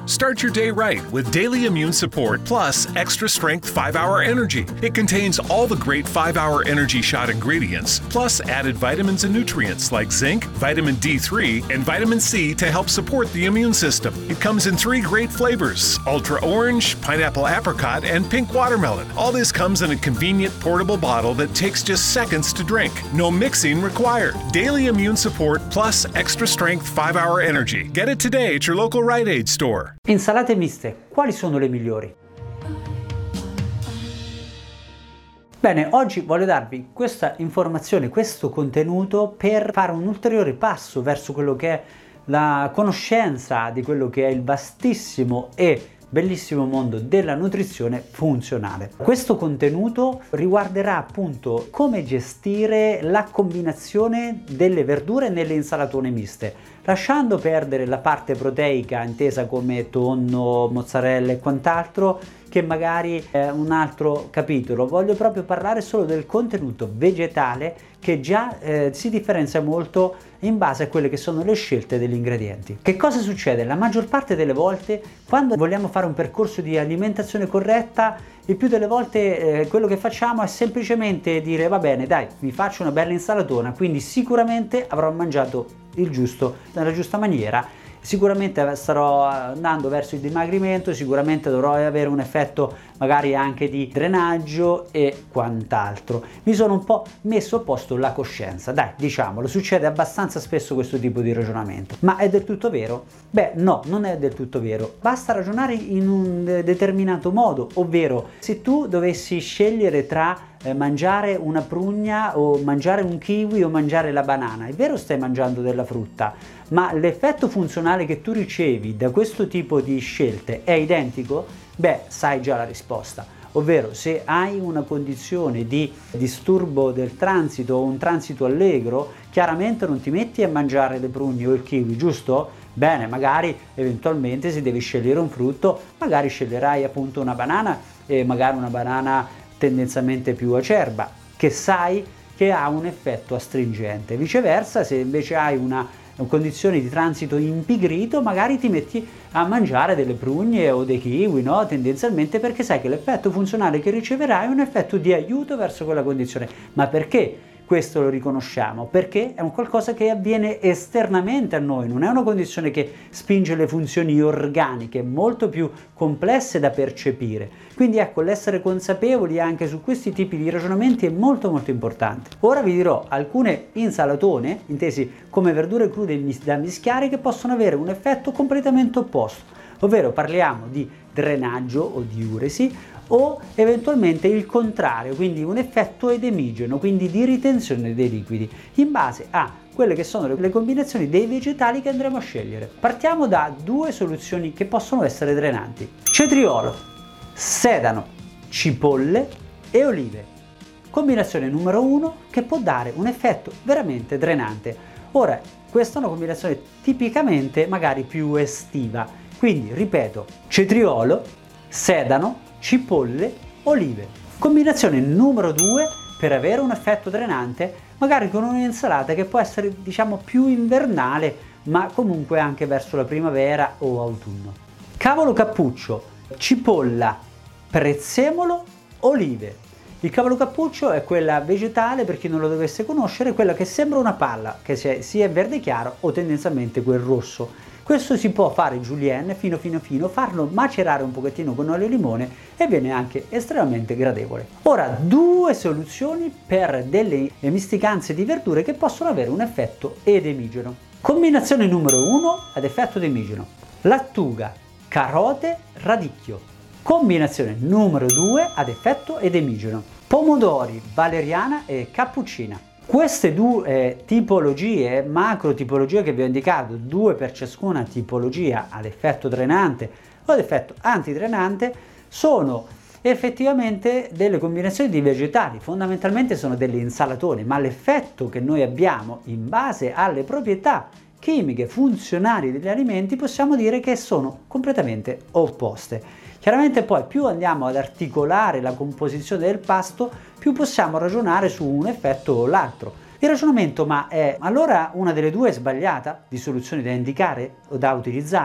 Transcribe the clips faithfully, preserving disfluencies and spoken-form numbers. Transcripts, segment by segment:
Start your day right with Daily Immune Support Plus Extra Strength five hour Energy. It contains all the great five hour Energy Shot ingredients, plus added vitamins and nutrients like zinc, vitamin D three, and vitamin C to help support the immune system. It comes in three great flavors: Ultra Orange, Pineapple Apricot, and Pink Watermelon. All this comes in a convenient portable bottle that takes just seconds to drink. No mixing required. Daily Immune Support Plus Extra Strength five hour Energy. Get it today at your local Rite Aid store. Insalate miste, quali sono le migliori? Bene, oggi voglio darvi questa informazione, questo contenuto per fare un ulteriore passo verso quello che è la conoscenza di quello che è il vastissimo e bellissimo mondo della nutrizione funzionale. Questo contenuto riguarderà appunto come gestire la combinazione delle verdure nelle insalatone miste, lasciando perdere la parte proteica intesa come tonno, mozzarella e quant'altro, che magari è un altro capitolo. Voglio proprio parlare solo del contenuto vegetale, che già eh, si differenzia molto in base a quelle che sono le scelte degli ingredienti. Che cosa succede? La maggior parte delle volte, quando vogliamo fare un percorso di alimentazione corretta, il più delle volte eh, quello che facciamo è semplicemente dire: va bene, dai, mi faccio una bella insalatona, quindi sicuramente avrò mangiato il giusto, nella giusta maniera. Sicuramente starò andando verso il dimagrimento, sicuramente dovrò avere un effetto magari anche di drenaggio e quant'altro. Mi sono un po' messo a posto la coscienza, dai, diciamolo, succede abbastanza spesso questo tipo di ragionamento. Ma è del tutto vero? Beh, no, non è del tutto vero. Basta ragionare in un determinato modo, ovvero se tu dovessi scegliere tra mangiare una prugna o mangiare un kiwi o mangiare la banana, è vero, stai mangiando della frutta, ma l'effetto funzionale che tu ricevi da questo tipo di scelte è identico? Beh, sai già la risposta, ovvero se hai una condizione di disturbo del transito o un transito allegro, chiaramente non ti metti a mangiare le prugne o il kiwi, giusto? Bene, magari eventualmente se devi scegliere un frutto, magari sceglierai appunto una banana, e magari una banana tendenzialmente più acerba, che sai che ha un effetto astringente. Viceversa, se invece hai una, una condizione di transito impigrito, magari ti metti a mangiare delle prugne o dei kiwi, no? Tendenzialmente, perché sai che l'effetto funzionale che riceverai è un effetto di aiuto verso quella condizione. Ma perché questo lo riconosciamo? Perché è un qualcosa che avviene esternamente a noi, non è una condizione che spinge le funzioni organiche, molto più complesse da percepire. Quindi ecco, l'essere consapevoli anche su questi tipi di ragionamenti è molto molto importante. Ora vi dirò alcune insalatone, intesi come verdure crude da mischiare, che possono avere un effetto completamente opposto, ovvero parliamo di drenaggio o diuresi, o eventualmente il contrario, quindi un effetto edemigeno, quindi di ritenzione dei liquidi, in base a quelle che sono le combinazioni dei vegetali che andremo a scegliere. Partiamo da due soluzioni che possono essere drenanti: cetriolo, sedano, cipolle e olive. Combinazione numero uno che può dare un effetto veramente drenante. Ora, questa è una combinazione tipicamente magari più estiva, quindi ripeto: cetriolo, sedano, cipolle, olive. Combinazione numero due per avere un effetto drenante, magari con un'insalata che può essere, diciamo, più invernale, ma comunque anche verso la primavera o autunno. Cavolo cappuccio, cipolla, prezzemolo, olive. Il cavolo cappuccio è quella vegetale, per chi non lo dovesse conoscere, quella che sembra una palla, che sia verde chiaro o tendenzialmente quel rosso. Questo si può fare julienne fino fino fino, farlo macerare un pochettino con olio e limone e viene anche estremamente gradevole. Ora, due soluzioni per delle misticanze di verdure che possono avere un effetto edemigeno. Combinazione numero uno ad effetto edemigeno: lattuga, carote, radicchio. Combinazione numero due ad effetto edemigeno: pomodori, valeriana e cappuccina. Queste due eh, tipologie, macro tipologie che vi ho indicato, due per ciascuna tipologia ad effetto drenante o ad effetto antidrenante, sono effettivamente delle combinazioni di vegetali, fondamentalmente sono delle insalatone, ma l'effetto che noi abbiamo in base alle proprietà chimiche funzionali degli alimenti possiamo dire che sono completamente opposte. Chiaramente poi più andiamo ad articolare la composizione del pasto, più possiamo ragionare su un effetto o l'altro. Il ragionamento: ma è allora una delle due sbagliata di soluzioni da indicare o da utilizzare?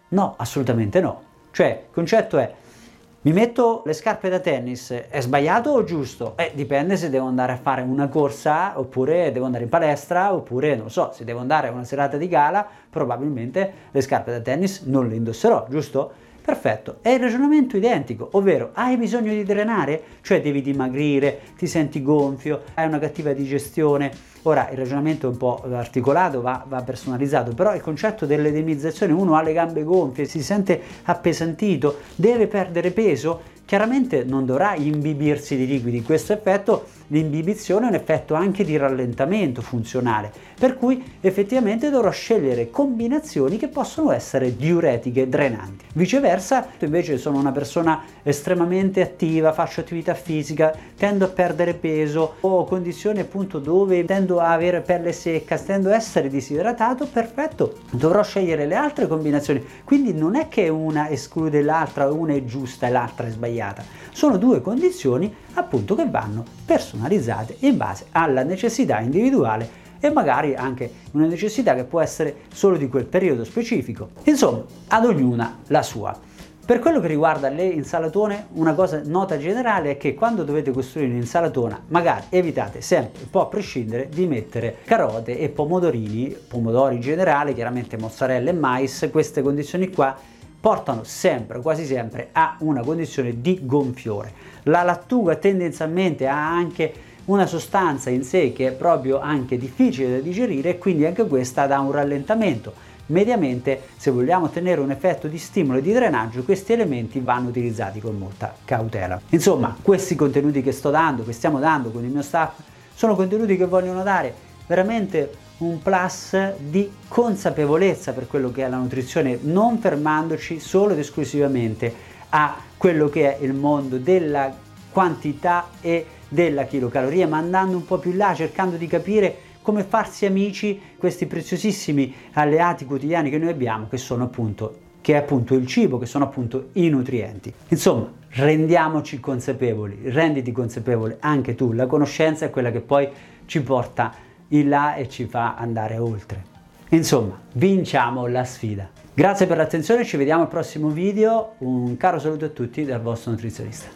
No, assolutamente no. Cioè, il concetto è: mi metto le scarpe da tennis, è sbagliato o giusto? Eh, dipende se devo andare a fare una corsa, oppure devo andare in palestra, oppure non lo so, se devo andare a una serata di gala, probabilmente le scarpe da tennis non le indosserò, giusto? Perfetto, è il ragionamento identico, ovvero hai bisogno di drenare, cioè devi dimagrire, ti senti gonfio, hai una cattiva digestione. Ora il ragionamento è un po' articolato, va, va personalizzato, però il concetto dell'edemizzazione, uno ha le gambe gonfie, si sente appesantito, deve perdere peso, chiaramente non dovrà imbibirsi di liquidi. Questo effetto, l'imbibizione, è un effetto anche di rallentamento funzionale, per cui effettivamente dovrò scegliere combinazioni che possono essere diuretiche, drenanti. Viceversa, invece sono una persona estremamente attiva, faccio attività fisica, tendo a perdere peso, ho condizioni appunto dove tendo a avere pelle secca, tendo a essere disidratato, perfetto, dovrò scegliere le altre combinazioni. Quindi non è che una esclude l'altra, una è giusta e l'altra è sbagliata. Sono due condizioni appunto che vanno personalizzate in base alla necessità individuale e magari anche una necessità che può essere solo di quel periodo specifico. Insomma, ad ognuna la sua. Per quello che riguarda le insalatone, una cosa nota generale è che quando dovete costruire un'insalatona, magari evitate sempre, un po' a prescindere, di mettere carote e pomodorini, pomodori in generale, chiaramente mozzarella e mais. Queste condizioni qua portano sempre, quasi sempre, a una condizione di gonfiore. La lattuga tendenzialmente ha anche una sostanza in sé che è proprio anche difficile da digerire, e quindi anche questa dà un rallentamento. Mediamente, se vogliamo ottenere un effetto di stimolo e di drenaggio, questi elementi vanno utilizzati con molta cautela. Insomma, questi contenuti che sto dando, che stiamo dando con il mio staff, sono contenuti che vogliono dare veramente un plus di consapevolezza per quello che è la nutrizione, non fermandoci solo ed esclusivamente a quello che è il mondo della quantità e della chilocaloria, ma andando un po' più là, cercando di capire come farsi amici questi preziosissimi alleati quotidiani che noi abbiamo, che sono appunto, che è appunto il cibo, che sono appunto i nutrienti. Insomma, rendiamoci consapevoli, renditi consapevole anche tu. La conoscenza è quella che poi ci porta in là e ci fa andare oltre. Insomma, vinciamo la sfida. Grazie per l'attenzione, ci vediamo al prossimo video. Un caro saluto a tutti dal vostro nutrizionista.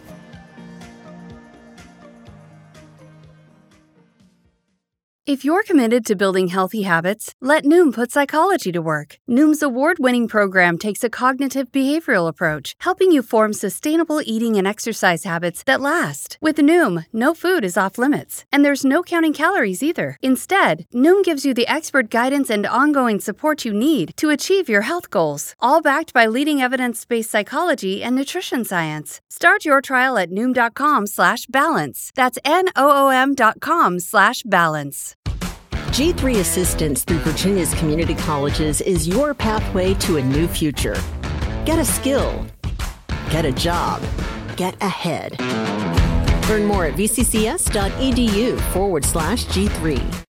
If you're committed to building healthy habits, let Noom put psychology to work. Noom's award-winning program takes a cognitive behavioral approach, helping you form sustainable eating and exercise habits that last. With Noom, no food is off limits, and there's no counting calories either. Instead, Noom gives you the expert guidance and ongoing support you need to achieve your health goals, all backed by leading evidence-based psychology and nutrition science. Start your trial at noom.com slash balance. That's N-O-O-M dot com slash balance. G three Assistance through Virginia's community colleges is your pathway to a new future. Get a skill. Get a job. Get ahead. Learn more at vccs.edu forward slash G3.